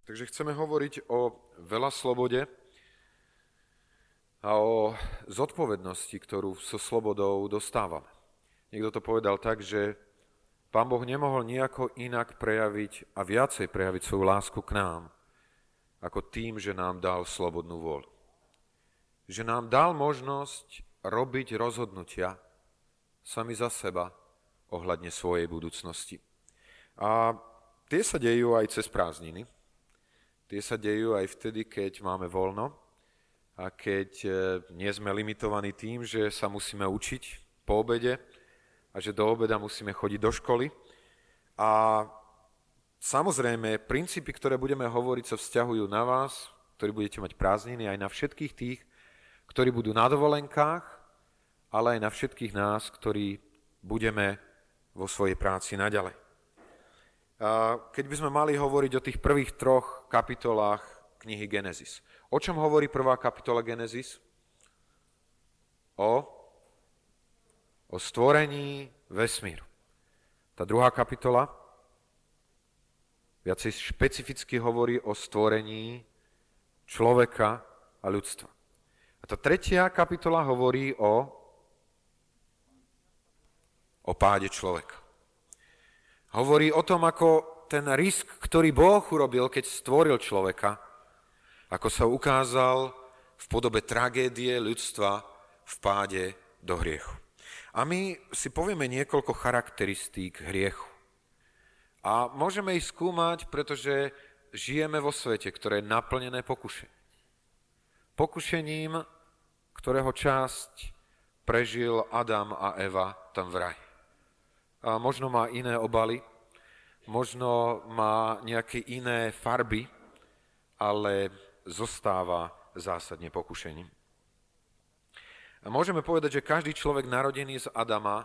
Takže chceme hovoriť o veľa slobode a o zodpovednosti, ktorú so slobodou dostávame. Niekto to povedal tak, že Pán Boh nemohol nejako inak prejaviť a viacej prejaviť svoju lásku k nám, ako tým, že nám dal slobodnú vôľu. Že nám dal možnosť robiť rozhodnutia sami za seba ohľadne svojej budúcnosti. A tie sa dejú aj cez prázdniny. Tie sa dejú aj vtedy, keď máme voľno a keď nie sme limitovaní tým, že sa musíme učiť po obede a že do obeda musíme chodiť do školy. A samozrejme, princípy, ktoré budeme hovoriť, sa vzťahujú na vás, ktorí budete mať prázdniny, aj na všetkých tých, ktorí budú na dovolenkách, ale aj na všetkých nás, ktorí budeme vo svojej práci naďalej. Keď by sme mali hovoriť o tých prvých 3 kapitolách knihy Genesis. O čom hovorí prvá kapitola Genesis? O stvorení vesmíru. Tá druhá kapitola viacej špecificky hovorí o stvorení človeka a ľudstva. A tá tretia kapitola hovorí o páde človeka. Hovorí o tom, ako ten risk, ktorý Boh urobil, keď stvoril človeka, ako sa ukázal v podobe tragédie ľudstva v páde do hriechu. A my si povieme niekoľko charakteristík hriechu. A môžeme ich skúmať, pretože žijeme vo svete, ktoré je naplnené pokušením. Pokušením, ktorého časť prežil Adam a Eva tam v raji. A možno má iné obaly, možno má nejaké iné farby, ale zostáva zásadne pokušením. A môžeme povedať, že každý človek narodený z Adama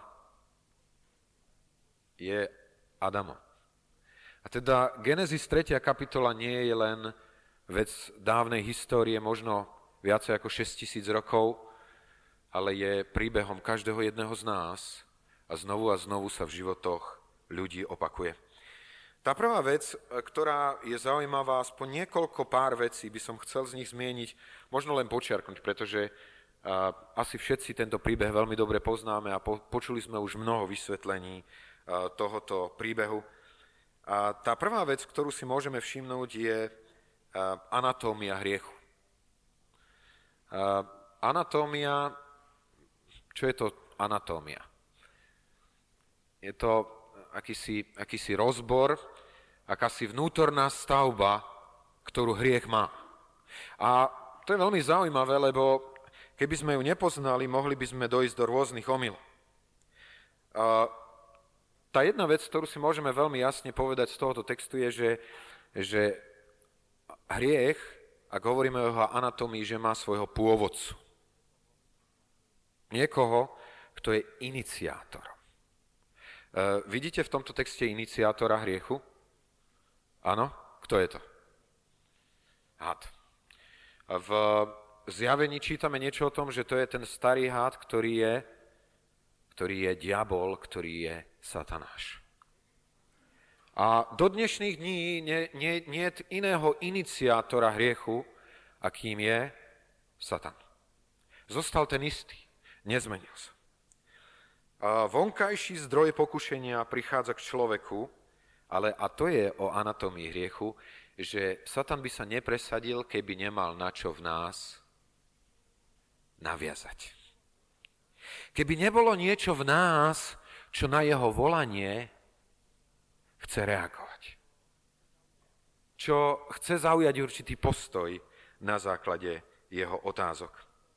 je Adamom. A teda Genesis 3. kapitola nie je len vec dávnej histórie, možno viacej ako 6000 rokov, ale je príbehom každého jedného z nás, a znovu sa v životoch ľudí opakuje. Tá prvá vec, ktorá je zaujímavá, aspoň niekoľko pár vecí by som chcel z nich zmieniť, možno len počiarknúť, pretože asi všetci tento príbeh veľmi dobre poznáme a počuli sme už mnoho vysvetlení tohoto príbehu. A tá prvá vec, ktorú si môžeme všimnúť, je anatómia hriechu. Anatómia, čo je to anatómia? Je to akýsi rozbor, akási vnútorná stavba, ktorú hriech má. A to je veľmi zaujímavé, lebo keby sme ju nepoznali, mohli by sme dojsť do rôznych omylov. Tá jedna vec, ktorú si môžeme veľmi jasne povedať z tohoto textu, je, že hriech, ak hovoríme o jeho anatómii, že má svojho pôvodcu. Niekoho, kto je iniciátor. Vidíte v tomto texte iniciátora hriechu? Áno? Kto je to? Had. V Zjavení čítame niečo o tom, že to je ten starý had, ktorý je diabol, ktorý je satanáš. A do dnešných dní nie je iného iniciátora hriechu, akým je Satan. Zostal ten istý, nezmenil sa. A vonkajší zdroj pokušenia prichádza k človeku, a to je o anatómii hriechu, že Satan by sa nepresadil, keby nemal na čo v nás naviazať. Keby nebolo niečo v nás, čo na jeho volanie chce reagovať. Čo chce zaujať určitý postoj na základe jeho otázok.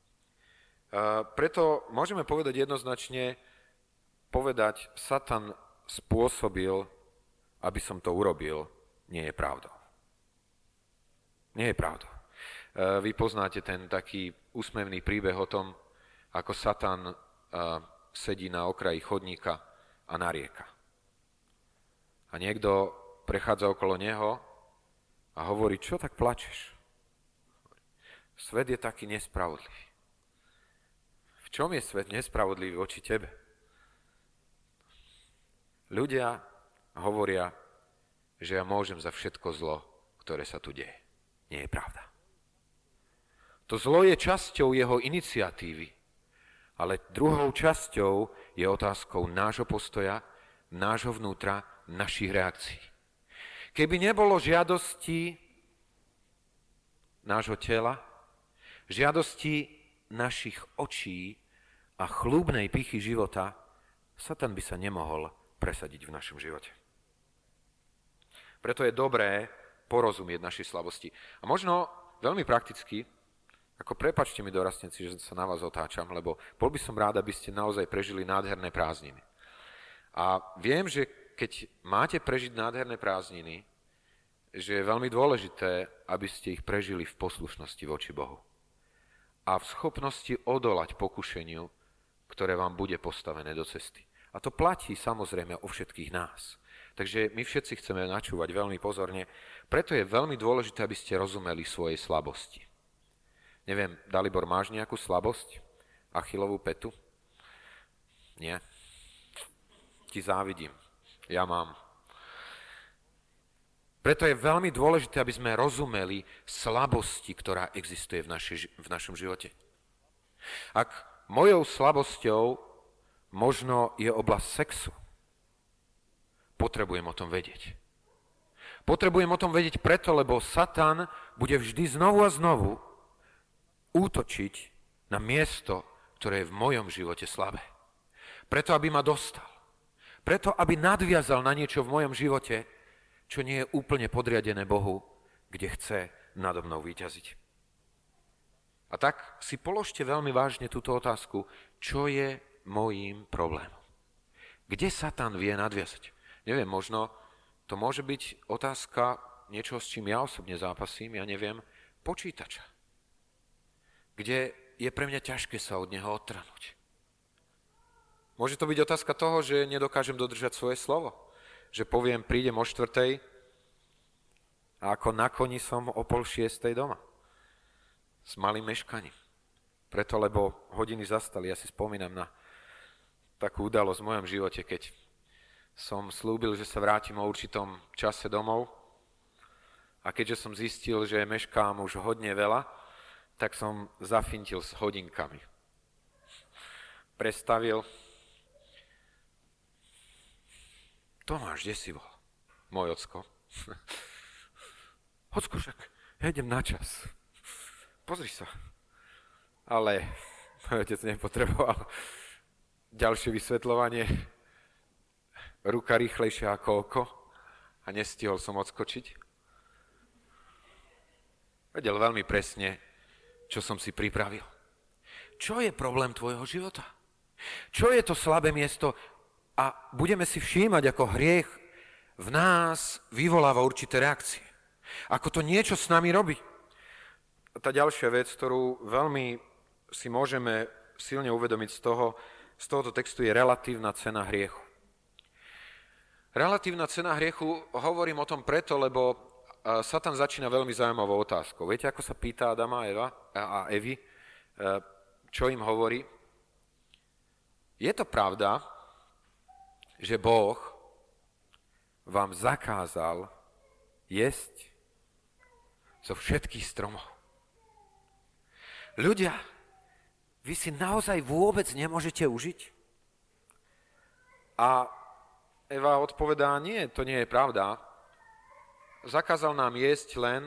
Preto môžeme povedať jednoznačne, Satan spôsobil, aby som to urobil, nie je pravdou. Nie je pravdou. Vy poznáte ten taký úsmevný príbeh o tom, ako Satan sedí na okraji chodníka a narieka. A niekto prechádza okolo neho a hovorí, čo tak plačeš? Svet je taký nespravodlivý. V čom je svet nespravodlivý voči tebe? Ľudia hovoria, že ja môžem za všetko zlo, ktoré sa tu deje. Nie je pravda. To zlo je časťou jeho iniciatívy, ale druhou časťou je otázkou nášho postoja, nášho vnútra, našich reakcií. Keby nebolo žiadosti nášho tela, žiadosti našich očí a chlúbnej pýchy života, Satan by sa nemohol presadiť v našom živote. Preto je dobré porozumieť našej slabosti. A možno veľmi prakticky, ako prepáčte mi dorastníci, že sa na vás otáčam, lebo bol by som rád, aby ste naozaj prežili nádherné prázdniny. A viem, že keď máte prežiť nádherné prázdniny, že je veľmi dôležité, aby ste ich prežili v poslušnosti voči Bohu. A v schopnosti odolať pokušeniu, ktoré vám bude postavené do cesty. A to platí samozrejme o všetkých nás. Takže my všetci chceme načúvať veľmi pozorne. Preto je veľmi dôležité, aby ste rozumeli svojej slabosti. Neviem, Dalibor, máš nejakú slabosť? Achillovú pätu? Nie? Ti závidím. Ja mám. Preto je veľmi dôležité, aby sme rozumeli slabosti, ktorá existuje v našom živote. Ak mojou slabosťou možno je oblasť sexu, potrebujem o tom vedieť. Potrebujem o tom vedieť preto, lebo Satan bude vždy znovu a znovu útočiť na miesto, ktoré je v mojom živote slabé. Preto, aby ma dostal. Preto, aby nadviazal na niečo v mojom živote, čo nie je úplne podriadené Bohu, kde chce nado mnou vyťaziť. A tak si položte veľmi vážne túto otázku, čo je mojím problémom. Kde Satan vie nadviazať? Neviem, možno to môže byť otázka niečo, s čím ja osobne zápasím, ja neviem, počítača. Kde je pre mňa ťažké sa od neho odtrhnúť. Môže to byť otázka toho, že nedokážem dodržať svoje slovo. Že poviem, prídem o 4:00 a ako na koni som o 5:30 doma. S malým meškaním. Preto, lebo hodiny zastali. Ja si spomínam na takú udalosť v mojom živote, keď som slúbil, že sa vrátim o určitom čase domov a keďže som zistil, že meškám už hodne veľa, tak som zafintil s hodinkami. Prestavil. Tomáš, kde si bol? Môj ocko. Ocko, však ja idem na čas. Pozri sa. Ale môj otec nepotreboval ďalšie vysvetľovanie. Ruka rýchlejšia ako oko a nestihol som odskočiť. Vedel veľmi presne, čo som si pripravil. Čo je problém tvojho života? Čo je to slabé miesto? A budeme si všímať, ako hriech v nás vyvoláva určité reakcie. Ako to niečo s nami robí. A tá ďalšia vec, ktorú veľmi si môžeme silne uvedomiť z tohoto textu, je relatívna cena hriechu. Relatívna cena hriechu, hovorím o tom preto, lebo Satan začína veľmi zaujímavou otázkou. Viete, ako sa pýta Adama a Evy, čo im hovorí? Je to pravda, že Boh vám zakázal jesť zo všetkých stromov? Ľudia, vy si naozaj vôbec nemôžete užiť? A Eva odpovedá, nie, to nie je pravda. Zakázal nám jesť len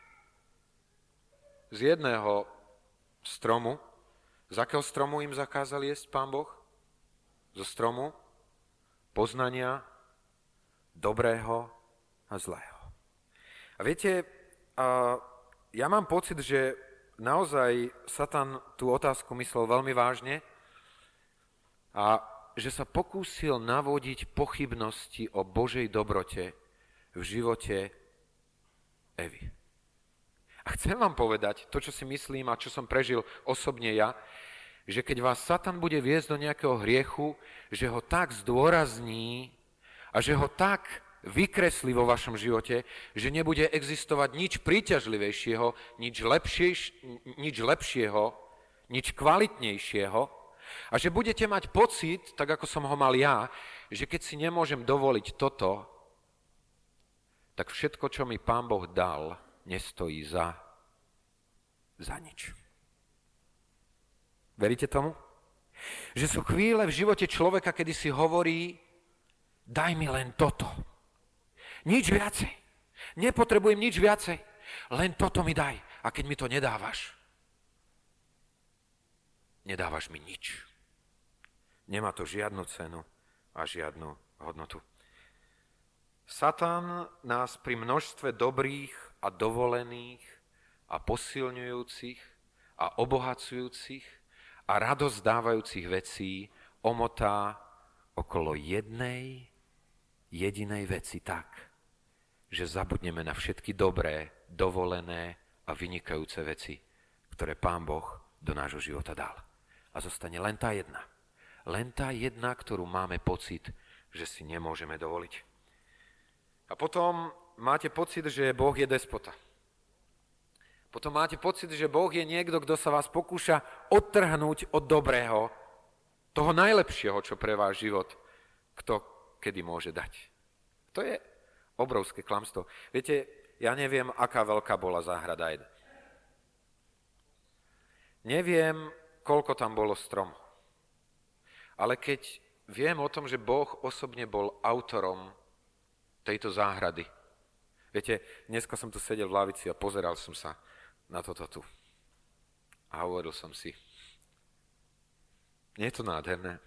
z jedného stromu. Z akého stromu im zakázal jesť Pán Boh? Zo stromu poznania dobrého a zlého. A viete, ja mám pocit, že naozaj Satan tú otázku myslel veľmi vážne a že sa pokúsil navodiť pochybnosti o Božej dobrote v živote Evy. A chcem vám povedať to, čo si myslím a čo som prežil osobne ja, že keď vás Satan bude viesť do nejakého hriechu, že ho tak zdôrazní a že ho tak vykreslí vo vašom živote, že nebude existovať nič príťažlivejšieho, nič lepšieho, nič kvalitnejšieho a že budete mať pocit, tak ako som ho mal ja, že keď si nemôžem dovoliť toto, tak všetko, čo mi Pán Boh dal, nestojí za nič. Veríte tomu? Že sú chvíle v živote človeka, kedy si hovorí, daj mi len toto. Nič viacej. Nepotrebujem nič viacej. Len toto mi daj. A keď mi to nedávaš, nedávaš mi nič. Nemá to žiadnu cenu a žiadnu hodnotu. Satan nás pri množstve dobrých a dovolených a posilňujúcich a obohacujúcich a radosť dávajúcich vecí omotá okolo jednej jedinej veci tak, že zabudneme na všetky dobré, dovolené a vynikajúce veci, ktoré Pán Boh do nášho života dal. A zostane len tá jedna. Len tá jedna, ktorú máme pocit, že si nemôžeme dovoliť. A potom máte pocit, že Boh je despota. Potom máte pocit, že Boh je niekto, kto sa vás pokúša odtrhnúť od dobrého, toho najlepšieho, čo pre váš život, kto kedy môže dať. To je obrovské klamstvo. Viete, ja neviem, aká veľká bola záhrada Eden. Neviem, koľko tam bolo stromov. Ale keď viem o tom, že Boh osobne bol autorom tejto záhrady. Viete, dneska som tu sedel v lavici a pozeral som sa na toto tu. A hovoril som si, nie je to nádherné?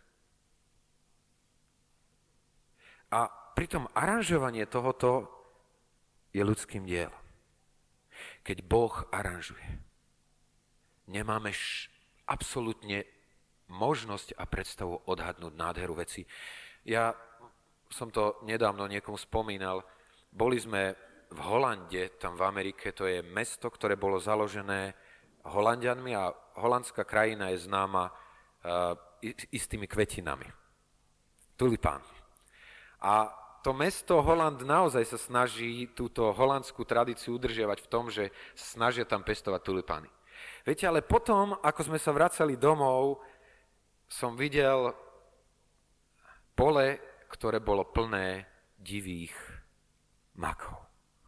A pritom aranžovanie tohoto je ľudským dielom. Keď Boh aranžuje, nemáme absolútne možnosť a predstavu odhadnúť nádheru veci. Ja som to nedávno niekomu spomínal. Boli sme v Holande, tam v Amerike, to je mesto, ktoré bolo založené Holanďanmi a holandská krajina je známa istými kvetinami. Tulipánmi. A to mesto Holand naozaj sa snaží túto holandskú tradíciu udržiavať v tom, že snažia tam pestovať tulipány. Viete, ale potom, ako sme sa vracali domov, som videl pole, ktoré bolo plné divých makov.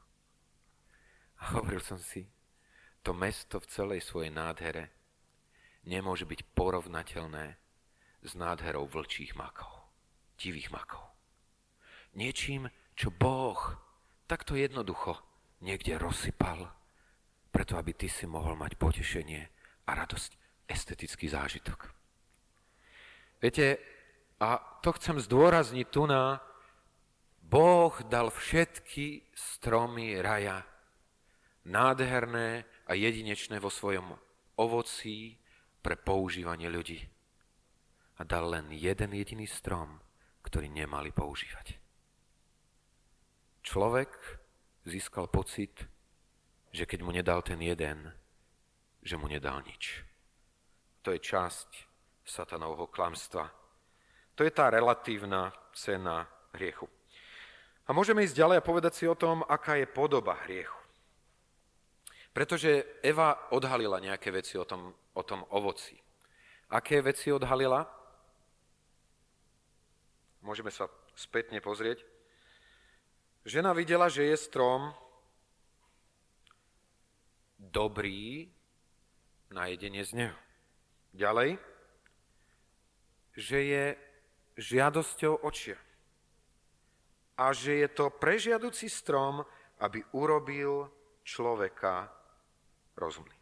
A hovoril som si, to mesto v celej svojej nádhere nemôže byť porovnateľné s nádherou vlčích makov, divých makov. Niečím, čo Boh takto jednoducho niekde rozsypal, preto aby ty si mohol mať potešenie a radosť, estetický zážitok. Viete, a to chcem zdôrazniť tu na, Boh dal všetky stromy raja, nádherné a jedinečné vo svojom ovocí pre používanie ľudí. A dal len jeden jediný strom, ktorý nemali používať. Človek získal pocit, že keď mu nedal ten jeden, že mu nedal nič. To je časť satanovho klamstva. To je tá relatívna cena hriechu. A môžeme ísť ďalej a povedať si o tom, aká je podoba hriechu. Pretože Eva odhalila nejaké veci o tom ovoci. Aké veci odhalila? Môžeme sa spätne pozrieť. Žena videla, že je strom dobrý na jedenie z neho. Ďalej, že je žiadosťou očia. A že je to prežiaducí strom, aby urobil človeka rozumný.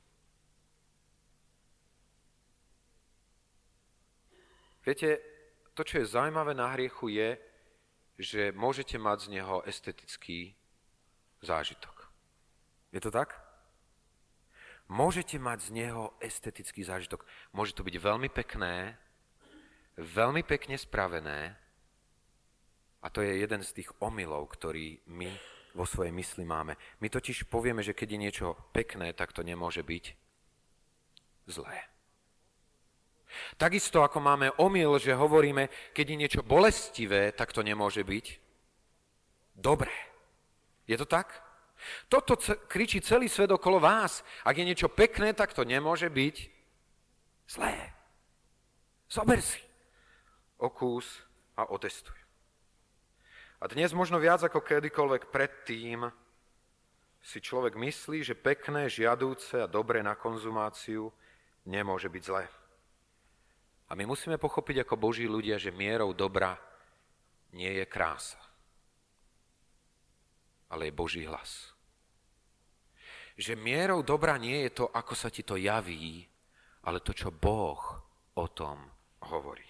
Viete, to, čo je zaujímavé na hriechu, je, že môžete mať z neho estetický zážitok. Je to tak? Môžete mať z neho estetický zážitok. Môže to byť veľmi pekné, veľmi pekne spravené, a to je jeden z tých omylov, ktorý my vo svojej mysli máme. My totiž povieme, že keď je niečo pekné, tak to nemôže byť zlé. Takisto ako máme omyl, že hovoríme, keď je niečo bolestivé, tak to nemôže byť dobré. Je to tak? Toto kričí celý svet okolo vás. Ak je niečo pekné, tak to nemôže byť zlé. Zober si, okús a otestuj. A dnes možno viac ako kedykoľvek predtým si človek myslí, že pekné, žiadúce a dobré na konzumáciu nemôže byť zlé. A my musíme pochopiť ako Boží ľudia, že mierou dobra nie je krása, ale je Boží hlas. Že mierou dobra nie je to, ako sa ti to javí, ale to, čo Boh o tom hovorí.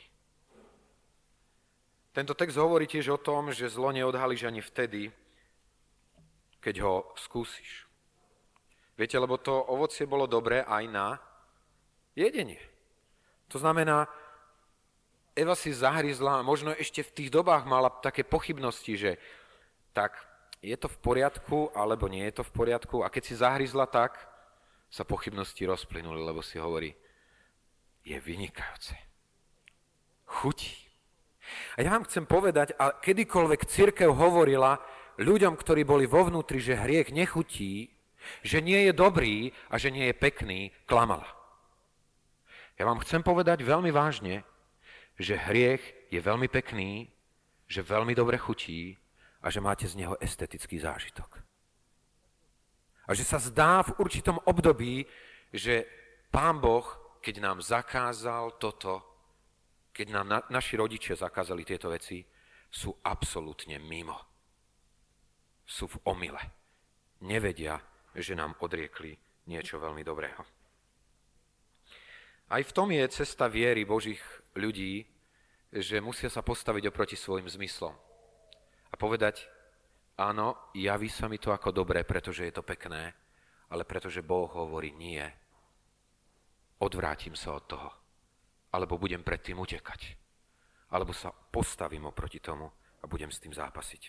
Tento text hovorí tiež o tom, že zlo neodhalíš ani vtedy, keď ho skúsiš. Viete, lebo to ovocie bolo dobré aj na jedenie. To znamená, Eva si zahryzla a možno ešte v tých dobách mala také pochybnosti, že tak je to v poriadku, alebo nie je to v poriadku. A keď si zahryzla, tak sa pochybnosti rozplynuli, lebo si hovorí, je vynikajúce. Chutí. A ja vám chcem povedať, a kedykoľvek cirkev hovorila ľuďom, ktorí boli vo vnútri, že hriech nechutí, že nie je dobrý a že nie je pekný, klamala. Ja vám chcem povedať veľmi vážne, že hriech je veľmi pekný, že veľmi dobre chutí a že máte z neho estetický zážitok. A že sa zdá v určitom období, že Pán Boh, keď nám zakázal toto, keď nám naši rodičia zakázali tieto veci, sú absolútne mimo. Sú v omyle. Nevedia, že nám odriekli niečo veľmi dobrého. Aj v tom je cesta viery Božích ľudí, že musia sa postaviť oproti svojim zmyslom a povedať, áno, javí sa mi to ako dobré, pretože je to pekné, ale pretože Boh hovorí nie. Odvrátim sa od toho, alebo budem pred tým utekať, alebo sa postavím oproti tomu a budem s tým zápasiť.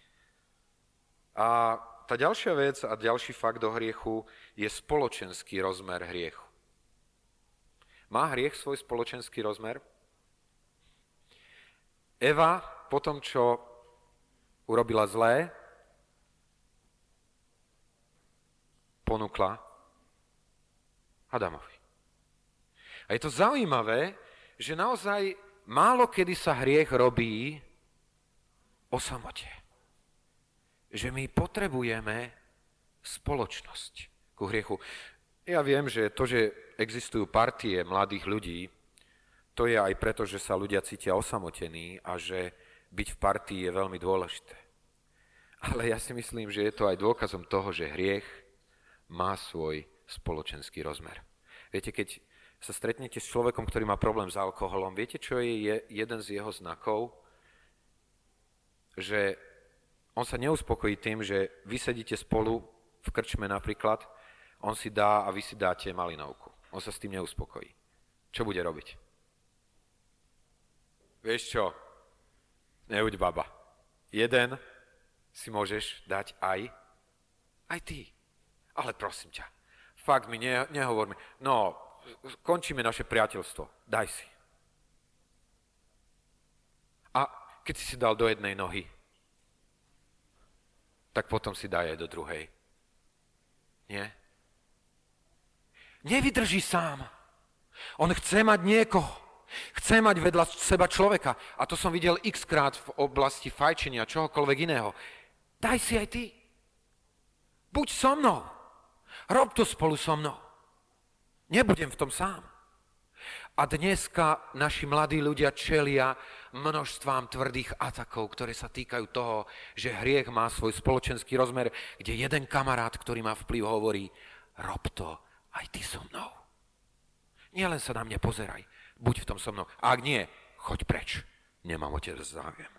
A tá ďalšia vec a ďalší fakt do hriechu je spoločenský rozmer hriechu. Má hriech svoj spoločenský rozmer? Eva, po tom, čo urobila zlé, ponúkla Adamovi. A je to zaujímavé, že naozaj málo kedy sa hriech robí o samote. Že my potrebujeme spoločnosť ku hriechu. Ja viem, že to, že existujú partie mladých ľudí, to je aj preto, že sa ľudia cítia osamotení a že byť v partii je veľmi dôležité. Ale ja si myslím, že je to aj dôkazom toho, že hriech má svoj spoločenský rozmer. Viete, keď sa stretnete s človekom, ktorý má problém s alkoholom, viete, čo je jeden z jeho znakov? Že on sa neuspokojí tým, že vy sedíte spolu v krčme napríklad, on si dá a vy si dáte malinovku. On sa s tým neuspokojí. Čo bude robiť? Vieš čo? Neuď baba. Jeden si môžeš dať aj ty. Ale prosím ťa, fakt mi nehovor mi. No, končíme naše priateľstvo. Daj si. A keď si dal do jednej nohy, tak potom si daj aj do druhej. Nie? Nevydrží sám. On chce mať niekoho. Chce mať vedľa seba človeka. A to som videl x-krát v oblasti fajčenia, čohokoľvek iného. Daj si aj ty. Buď so mnou. Rob to spolu so mnou. Nebudem v tom sám. A dneska naši mladí ľudia čelia množstvám tvrdých atakov, ktoré sa týkajú toho, že hriech má svoj spoločenský rozmer, kde jeden kamarát, ktorý má vplyv, hovorí, rob to aj ty so mnou. Nielen sa na mne pozeraj, buď v tom so mnou. A ak nie, choď preč. Nemám o tebe záujem.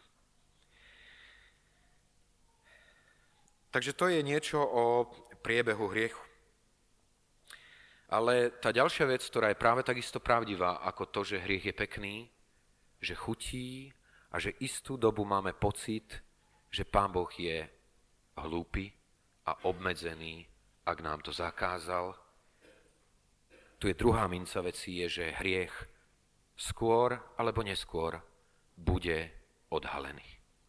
Takže to je niečo o priebehu hriechu. Ale tá ďalšia vec, ktorá je práve takisto pravdivá, ako to, že hriech je pekný, že chutí a že istú dobu máme pocit, že Pán Boh je hlúpy a obmedzený, ak nám to zakázal. Tu je druhá minca veci, je, že hriech skôr alebo neskôr bude odhalený.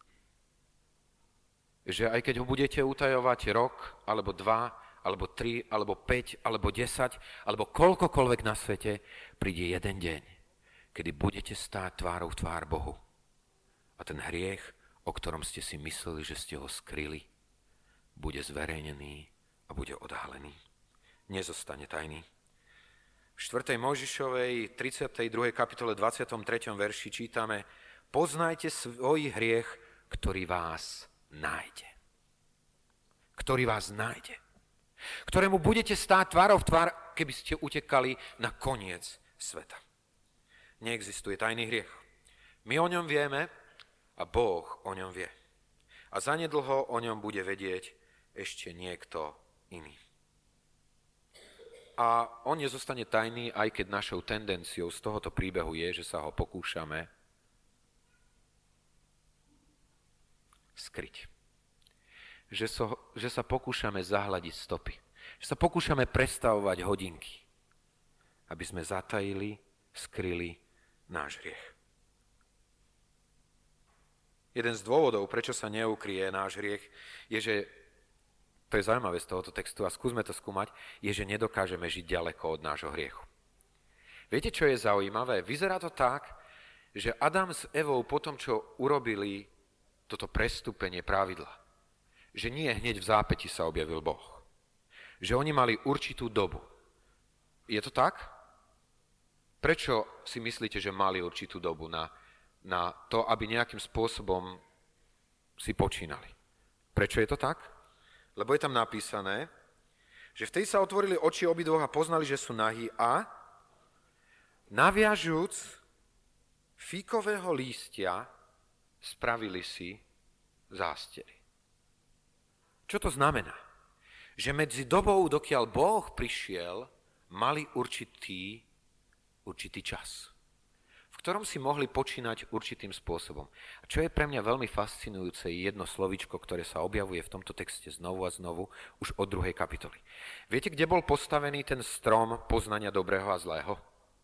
Že aj keď ho budete utajovať rok, alebo 2, alebo 3, alebo 5, alebo 10, alebo koľkokoľvek na svete, príde jeden deň, kedy budete stáť tvárou v tvár Bohu. A ten hriech o ktorom ste si mysleli, že ste ho skryli, bude zverejnený a bude odhalený. Nezostane tajný. V 4. Mojžišovej 32. kapitole 23. verši čítame: Poznajte svoj hriech, ktorý vás nájde. Ktorý vás nájde. Ktorému budete stáť tvárou v tvár, keby ste utekali na koniec sveta. Neexistuje tajný hriech. My o ňom vieme a Boh o ňom vie. A zanedlho o ňom bude vedieť ešte niekto iný. A on nezostane tajný, aj keď našou tendenciou z tohoto príbehu je, že sa ho pokúšame skryť. Že sa pokúšame zahľadiť stopy. Že sa pokúšame prestavovať hodinky, aby sme zatajili, skryli náš hriech. Jeden z dôvodov, prečo sa neukryje náš hriech, je, že to je zaujímavé z tohoto textu a skúsme to skúmať, je, že nedokážeme žiť ďaleko od nášho hriechu. Viete, čo je zaujímavé? Vyzerá to tak, že Adam s Evou po tom, čo urobili toto prestúpenie pravidla, že nie hneď v zápäti sa objavil Boh. Že oni mali určitú dobu. Je to tak? Prečo si myslíte, že mali určitú dobu na to, aby nejakým spôsobom si počínali? Prečo je to tak? Lebo je tam napísané, že vtedy sa otvorili oči obidvoch a poznali, že sú nahí a naviažúc fíkového lístia spravili si zástery. Čo to znamená? Že medzi dobou, dokiaľ Boh prišiel, mali určitý čas, v ktorom si mohli počínať určitým spôsobom. A čo je pre mňa veľmi fascinujúce, je jedno slovíčko, ktoré sa objavuje v tomto texte znovu a znovu, už od 2. kapitoly. Viete, kde bol postavený ten strom poznania dobrého a zlého?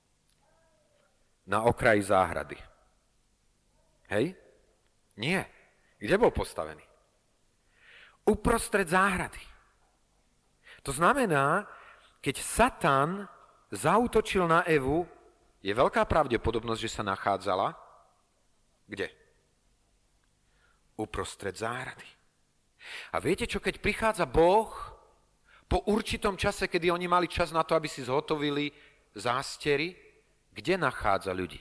Na okraji záhrady. Hej? Nie. Kde bol postavený? Uprostred záhrady. To znamená, keď Satan zaútočil na Evu, je veľká pravdepodobnosť, že sa nachádzala kde? Uprostred záhrady. A viete čo, keď prichádza Boh po určitom čase, kedy oni mali čas na to, aby si zhotovili zástery, kde nachádza ľudí?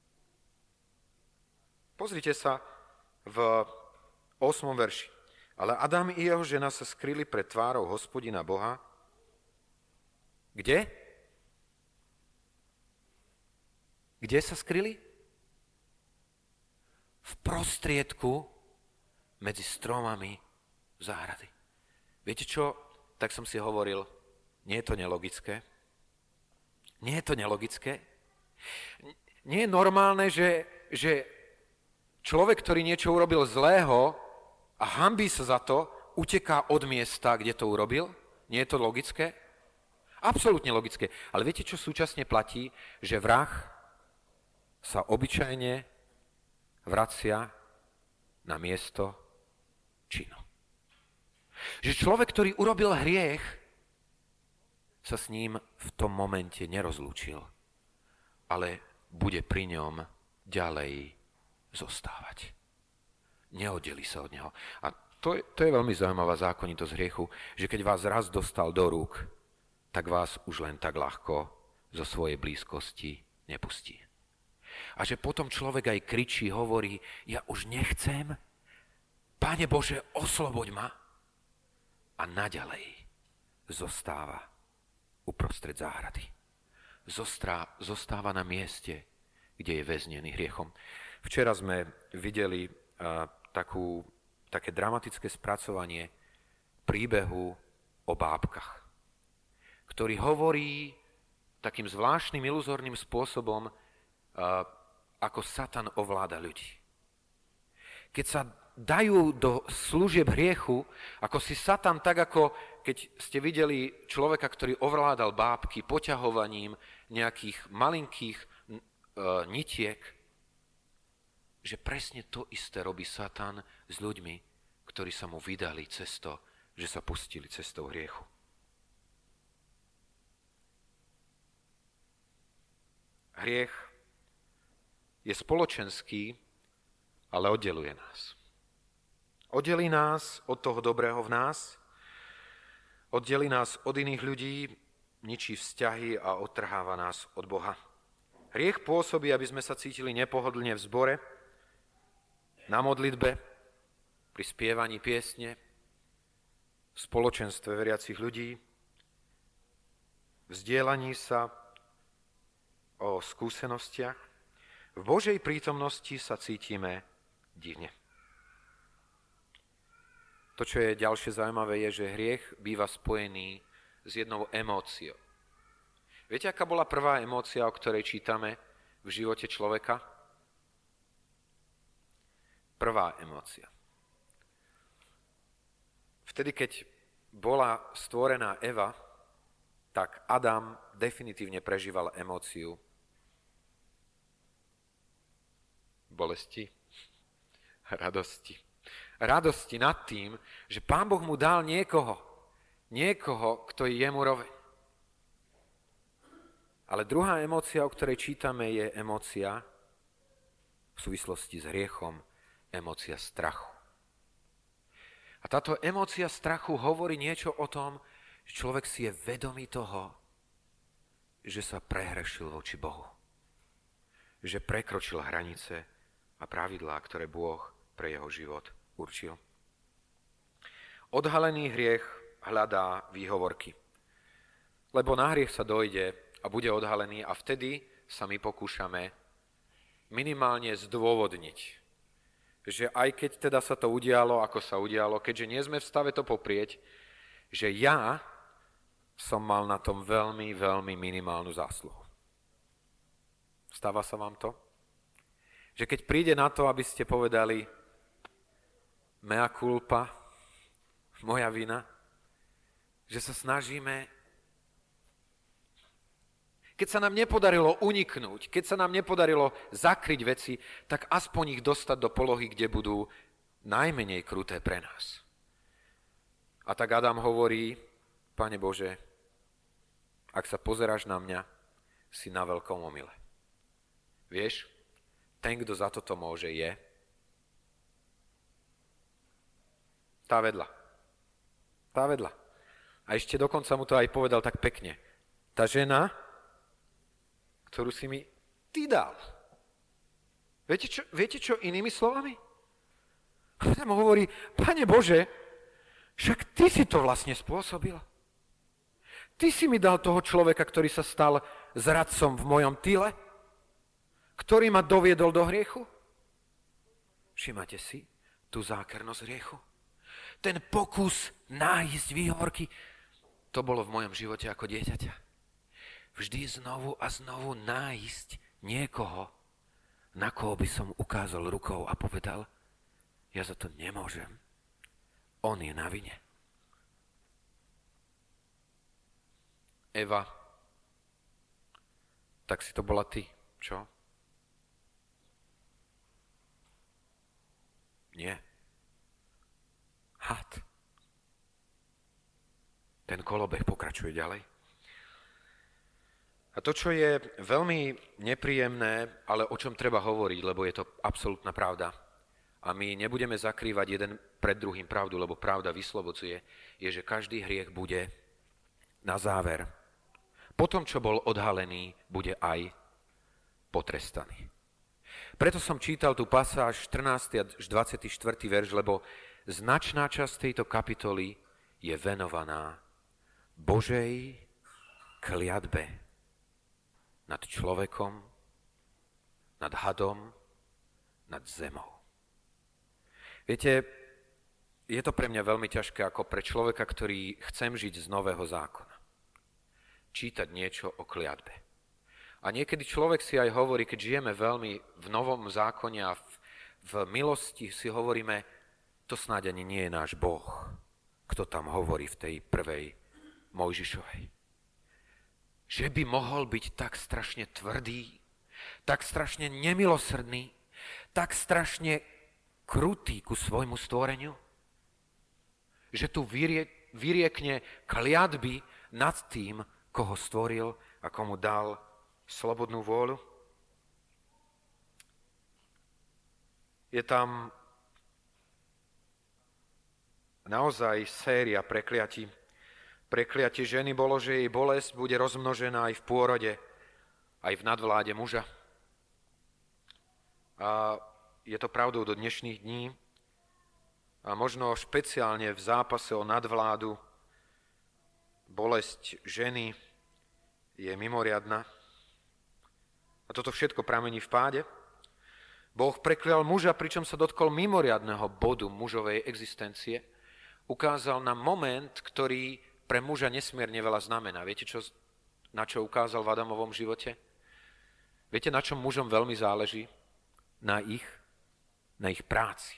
Pozrite sa v 8. verši. Ale Adam i jeho žena sa skryli pred tvárou Hospodina Boha. Kde? Kde sa skryli? V prostriedku medzi stromami záhrady. Viete čo? Tak som si hovoril, nie je to nelogické? Nie je to nelogické? Nie je normálne, že človek, ktorý niečo urobil zlého, a hanbí sa za to, uteká od miesta, kde to urobil? Nie je to logické? Absolútne logické. Ale viete, čo súčasne platí? Že vrah sa obyčajne vracia na miesto činu. Že človek, ktorý urobil hriech, sa s ním v tom momente nerozlúčil, ale bude pri ňom ďalej zostávať. Neoddelí sa od neho. A to je veľmi zaujímavá zákonitosť hriechu, že keď vás raz dostal do rúk, tak vás už len tak ľahko zo svojej blízkosti nepustí. A že potom človek aj kričí, hovorí, ja už nechcem, Pane Bože, osloboď ma. A naďalej zostáva uprostred záhrady. Zostáva na mieste, kde je väznený hriechom. Včera sme videli také dramatické spracovanie príbehu o bábkach, ktorý hovorí takým zvláštnym iluzórnym spôsobom, ako Satan ovláda ľudí. Keď sa dajú do služieb hriechu, ako si Satan, tak ako keď ste videli človeka, ktorý ovládal bábky poťahovaním nejakých malinkých nitiek, že presne to isté robí Satan s ľuďmi, ktorí sa mu vydali cesto, že sa pustili cestou hriechu. Hriech je spoločenský, ale oddeluje nás. Oddelí nás od toho dobrého v nás, oddelí nás od iných ľudí, ničí vzťahy a odtrháva nás od Boha. Hriech pôsobí, aby sme sa cítili nepohodlne v zbore, na modlitbe, pri spievaní piesne, v spoločenstve veriacich ľudí, v zdieľaní sa o skúsenostiach. V Božej prítomnosti sa cítime divne. To, čo je ďalšie zaujímavé, je, že hriech býva spojený s jednou emóciou. Viete, aká bola prvá emócia, o ktorej čítame v živote človeka? Prvá emócia. Vtedy, keď bola stvorená Eva, tak Adam definitívne prežíval emóciu bolesti, radosti. Radosti nad tým, že Pán Boh mu dal niekoho, kto je jemu roveň. Ale druhá emócia, o ktorej čítame, je emócia v súvislosti s hriechom, emócia strachu. A táto emócia strachu hovorí niečo o tom, že človek si je vedomý toho, že sa prehrešil voči Bohu. Že prekročil hranice a pravidlá, ktoré Boh pre jeho život určil. Odhalený hriech hľadá výhovorky. Lebo na hriech sa dojde a bude odhalený a vtedy sa my pokúšame minimálne zdôvodniť, že aj keď teda sa to udialo, ako sa udialo, keďže nie sme v stave to poprieť, že ja som mal na tom veľmi, veľmi minimálnu zásluhu. Stáva sa vám to? Že keď príde na to, aby ste povedali mea culpa, moja vina, že sa snažíme, keď sa nám nepodarilo uniknúť, keď sa nám nepodarilo zakryť veci, tak aspoň ich dostať do polohy, kde budú najmenej kruté pre nás. A tak Adam hovorí, Pane Bože, ak sa pozeráš na mňa, si na veľkom omyle. Vieš, ten, kto za toto môže, je tá vedľa. Tá vedľa. A ešte dokonca mu to aj povedal tak pekne. Tá žena, ktorú si mi ty dal. Viete čo inými slovami? A tam hovorí, Pane Bože, však ty si to vlastne spôsobil. Ty si mi dal toho človeka, ktorý sa stal zradcom v mojom tyle, ktorý ma doviedol do hriechu. Všimate si tú zákernosť hriechu? Ten pokus nájsť výhovorky, to bolo v mojom živote ako dieťaťa. Vždy znovu a znovu nájsť niekoho, na koho by som ukázal rukou a povedal, ja za to nemôžem. On je na vine. Eva, tak si to bola ty, čo? Nie. Had. Ten kolobeh pokračuje ďalej. A to, čo je veľmi nepríjemné, ale o čom treba hovoriť, lebo je to absolútna pravda, a my nebudeme zakrývať jeden pred druhým pravdu, lebo pravda vyslobodzuje, je, že každý hriech bude na záver. Po tom, čo bol odhalený, bude aj potrestaný. Preto som čítal tú pasáž 14. až 24. verš, lebo značná časť tejto kapitoly je venovaná Božej kliatbe nad človekom, nad hadom, nad zemou. Viete, je to pre mňa veľmi ťažké ako pre človeka, ktorý chcem žiť z nového zákona. Čítať niečo o kliatbe. A niekedy človek si aj hovorí, keď žijeme veľmi v novom zákone a v milosti, si hovoríme, to snáď ani nie je náš Boh, kto tam hovorí v tej prvej Mojžišovej. Že by mohol byť tak strašne tvrdý, tak strašne nemilosrdný, tak strašne krutý ku svojmu stvoreniu, že tu vyriekne kliatby nad tým, koho stvoril a komu dal slobodnú vôľu. Je tam naozaj séria prekliatí. Prekliatie ženy bolo, že jej bolesť bude rozmnožená aj v pôrode, aj v nadvláde muža. A je to pravdou do dnešných dní. A možno špeciálne v zápase o nadvládu bolesť ženy je mimoriadna. A toto všetko pramení v páde. Boh preklial muža, pričom sa dotkol mimoriadného bodu mužovej existencie. Ukázal nám moment, ktorý pre muža nesmierne veľa znamená. Viete, na čo ukázal v Adamovom živote? Viete, na čom mužom veľmi záleží? Na ich práci.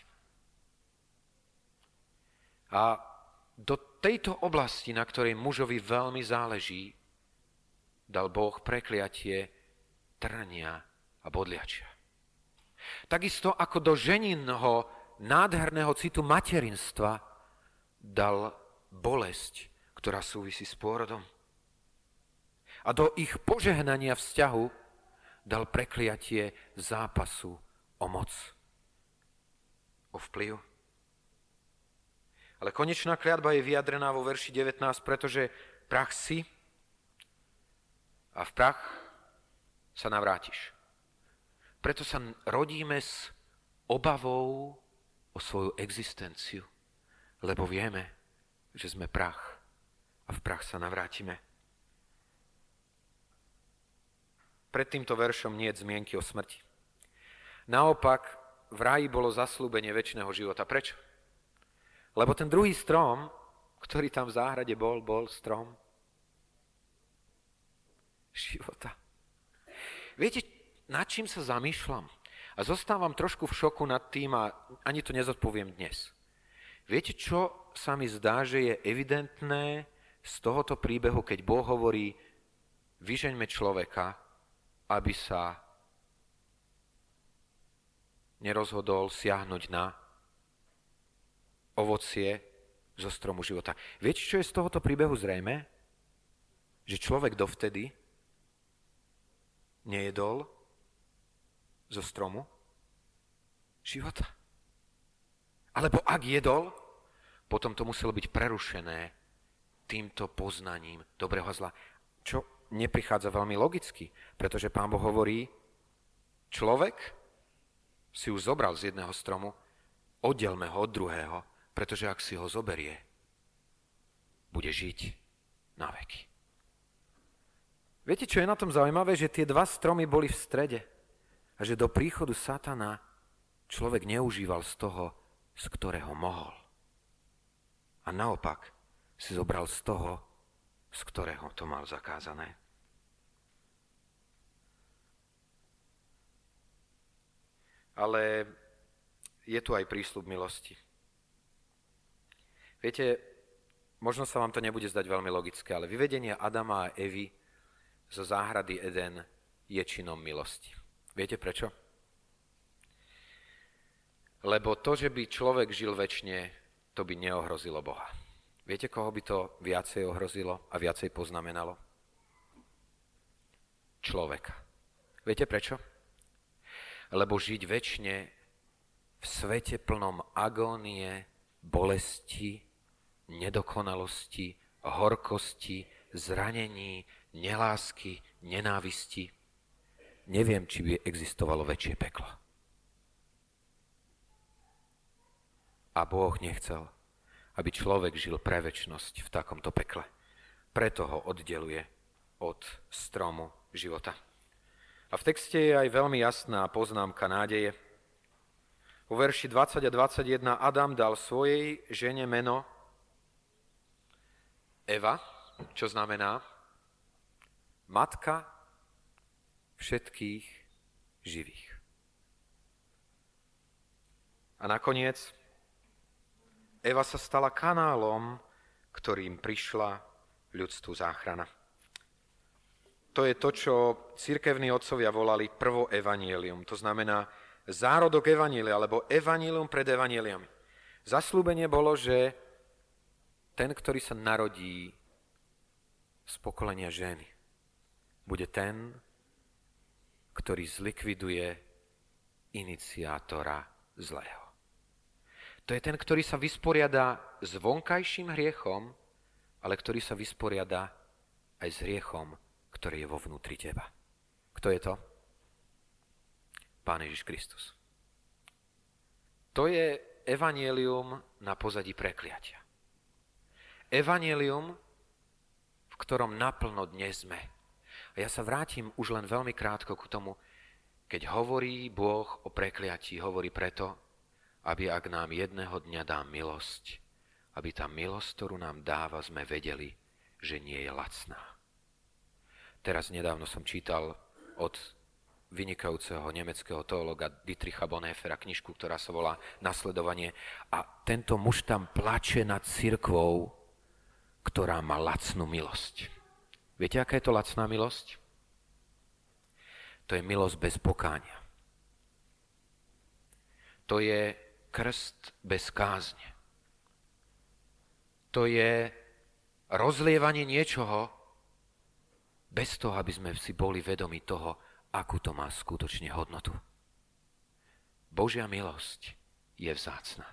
A do tejto oblasti, na ktorej mužovi veľmi záleží, dal Boh prekliatie trnia a bodliačia. Takisto ako do ženinného nádherného citu materinstva dal bolesť, ktorá súvisí s pôrodom. A do ich požehnania vzťahu dal prekliatie zápasu o moc, o vplyv. Ale konečná kliatba je vyjadrená vo verši 19, pretože prach si a v prach sa navrátiš. Preto sa rodíme s obavou o svoju existenciu, lebo vieme, že sme prach a v prach sa navrátime. Pred týmto veršom nie je zmienky o smrti. Naopak, v ráji bolo zasľúbenie večného života. Prečo? Lebo ten druhý strom, ktorý tam v záhrade bol strom života. Viete, nad čím sa zamýšľam? A zostávam trošku v šoku nad tým a ani to nezodpoviem dnes. Viete, čo sa mi zdá, že je evidentné z tohoto príbehu, keď Boh hovorí, vyžeňme človeka, aby sa nerozhodol siahnuť na ovocie zo stromu života. Viete, čo je z tohoto príbehu zrejme? Že človek dovtedy nejedol zo stromu života. Alebo ak jedol, potom to muselo byť prerušené týmto poznaním dobrého a zla. Čo neprichádza veľmi logicky, pretože Pán Boh hovorí, človek si už zobral z jedného stromu, oddelme ho od druhého, pretože ak si ho zoberie, bude žiť na veky. Viete, čo je na tom zaujímavé? Že tie dva stromy boli v strede a že do príchodu satana človek neužíval z toho, z ktorého mohol. A naopak si zobral z toho, z ktorého to mal zakázané. Ale je tu aj prísľub milosti. Viete, možno sa vám to nebude zdať veľmi logické, ale vyvedenie Adama a Evy zo záhrady Eden je činom milosti. Viete prečo? Lebo to, že by človek žil večne, to by neohrozilo Boha. Viete, koho by to viacej ohrozilo a viacej poznamenalo? Človeka. Viete prečo? Lebo žiť večne v svete plnom agónie, bolesti, nedokonalosti, horkosti, zranení, nelásky, nenávisti. Neviem, či by existovalo väčšie peklo. A Boh nechcel, aby človek žil pre večnosť v takomto pekle. Preto ho oddeluje od stromu života. A v texte je aj veľmi jasná poznámka nádeje. Vo verši 20 a 21 Adam dal svojej žene meno Eva, čo znamená matka všetkých živých. A nakoniec Eva sa stala kanálom, ktorým prišla ľudstvu záchrana. To je to, čo cirkevní otcovia volali prvo evanjelium. To znamená zárodok evanjelia, alebo evanjelium pred evanjeliami. Zasľúbenie bolo, že ten, ktorý sa narodí z pokolenia ženy, bude ten, ktorý zlikviduje iniciátora zlého. To je ten, ktorý sa vysporiada s vonkajším hriechom, ale ktorý sa vysporiada aj s hriechom, ktorý je vo vnútri teba. Kto je to? Pán Ježiš Kristus. To je evanjelium na pozadí prekliatia. Evanjelium, v ktorom naplno dnes sme. A ja sa vrátim už len veľmi krátko k tomu, keď hovorí Boh o prekliatí, hovorí preto, aby ak nám jedného dňa dá milosť, aby tá milosť, ktorú nám dáva, sme vedeli, že nie je lacná. Teraz nedávno som čítal od vynikajúceho nemeckého teológa Dietricha Bonhoeffera knižku, ktorá sa volá Nasledovanie. A tento muž tam plače nad cirkvou, ktorá má lacnú milosť. Viete, aká je to lacná milosť? To je milosť bez pokánia. To je krst bez kázne. To je rozlievanie niečoho bez toho, aby sme si boli vedomi toho, akú to má skutočne hodnotu. Božia milosť je vzácna.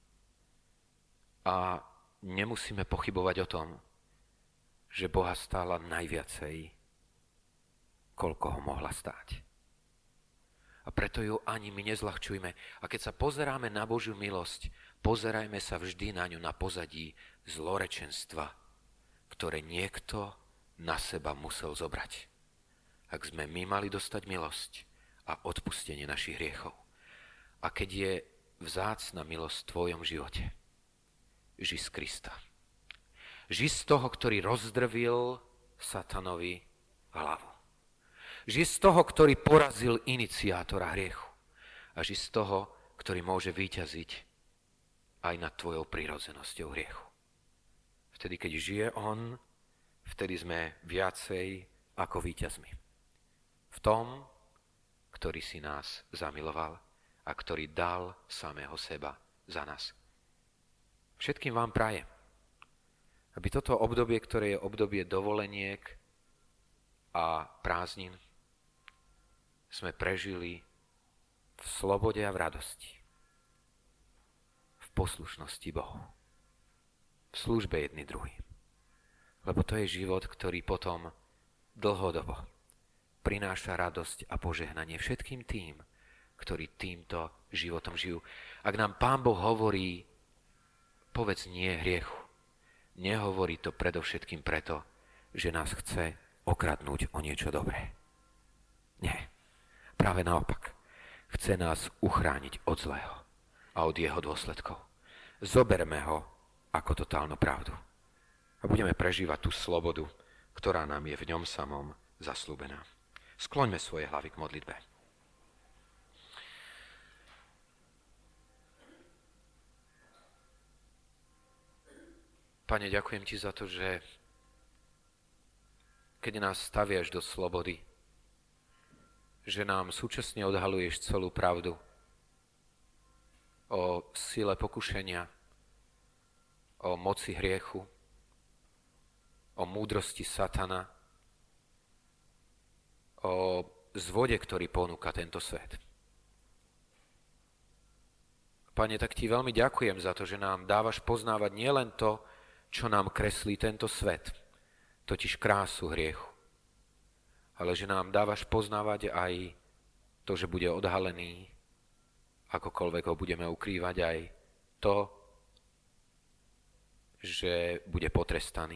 A nemusíme pochybovať o tom, že Boha stála najviacej, koľko ho mohla stáť. A preto ju ani my nezľahčujme. A keď sa pozeráme na Božiu milosť, pozerajme sa vždy na ňu na pozadí zlorečenstva, ktoré niekto na seba musel zobrať. Ak sme my mali dostať milosť a odpustenie našich hriechov. A keď je vzácna milosť v tvojom živote, ži z Krista. Ži z toho, ktorý rozdrvil satanovi hlavu. Ži z toho, ktorý porazil iniciátora hriechu. A ži z toho, ktorý môže vyťaziť aj nad tvojou prirodzenosťou hriechu. Vtedy, keď žije on, vtedy sme viacej ako víťazmi. V tom, ktorý si nás zamiloval a ktorý dal samého seba za nás. Všetkým vám prajem, aby toto obdobie, ktoré je obdobie dovoleniek a prázdnin, sme prežili v slobode a v radosti, v poslušnosti Bohu, v službe jedný druhým. Lebo to je život, ktorý potom dlhodobo prináša radosť a požehnanie všetkým tým, ktorí týmto životom žijú. Ak nám Pán Boh hovorí, povedz nie hriechu, nehovorí to predovšetkým preto, že nás chce okradnúť o niečo dobré. Nie. Práve naopak. Chce nás uchrániť od zlého a od jeho dôsledkov. Zoberme ho ako totálnu pravdu. A budeme prežívať tú slobodu, ktorá nám je v ňom samom zasľúbená. Skloňme svoje hlavy k modlitbe. Pane, ďakujem ti za to, že keď nás staviaš do slobody, že nám súčasne odhaluješ celú pravdu o sile pokušenia, o moci hriechu, o múdrosti satana, o zvode, ktorý ponúka tento svet. Pane, tak ti veľmi ďakujem za to, že nám dávaš poznávať nielen to, čo nám kreslí tento svet, totiž krásu hriechu, ale že nám dávaš poznávať aj to, že bude odhalený, akokoľvek ho budeme ukrývať, aj to, že bude potrestaný.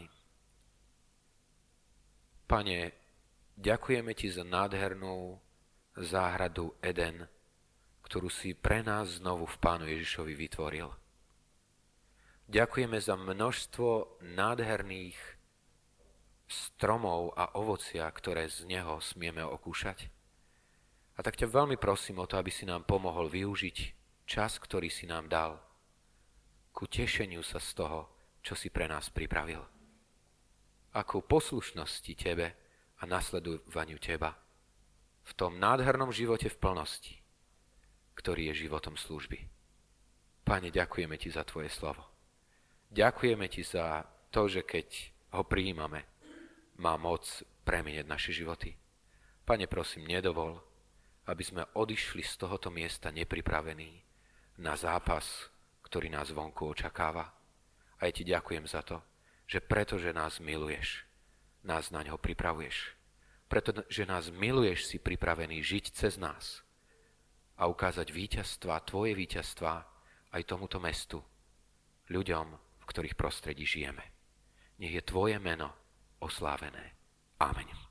Pane, ďakujeme ti za nádhernú záhradu Eden, ktorú si pre nás znovu v Pánu Ježišovi vytvoril. Ďakujeme za množstvo nádherných stromov a ovocia, ktoré z neho smieme okúšať. A tak ťa veľmi prosím o to, aby si nám pomohol využiť čas, ktorý si nám dal, ku tešeniu sa z toho, čo si pre nás pripravil. Ako poslušnosti tebe a nasledovaniu teba v tom nádhernom živote v plnosti, ktorý je životom služby. Pane, ďakujeme ti za tvoje slovo. Ďakujeme ti za to, že keď ho prijímame, má moc premeniť naše životy. Pane, prosím, nedovol, aby sme odišli z tohoto miesta nepripravení na zápas, ktorý nás vonku očakáva. A ja ti ďakujem za to, že pretože nás miluješ, nás na ňo pripravuješ. Pretože nás miluješ, si pripravený žiť cez nás a ukázať víťazstva, tvoje víťazstva aj tomuto mestu, ľuďom, v ktorých prostredí žijeme. Nech je tvoje meno oslávené. Amen.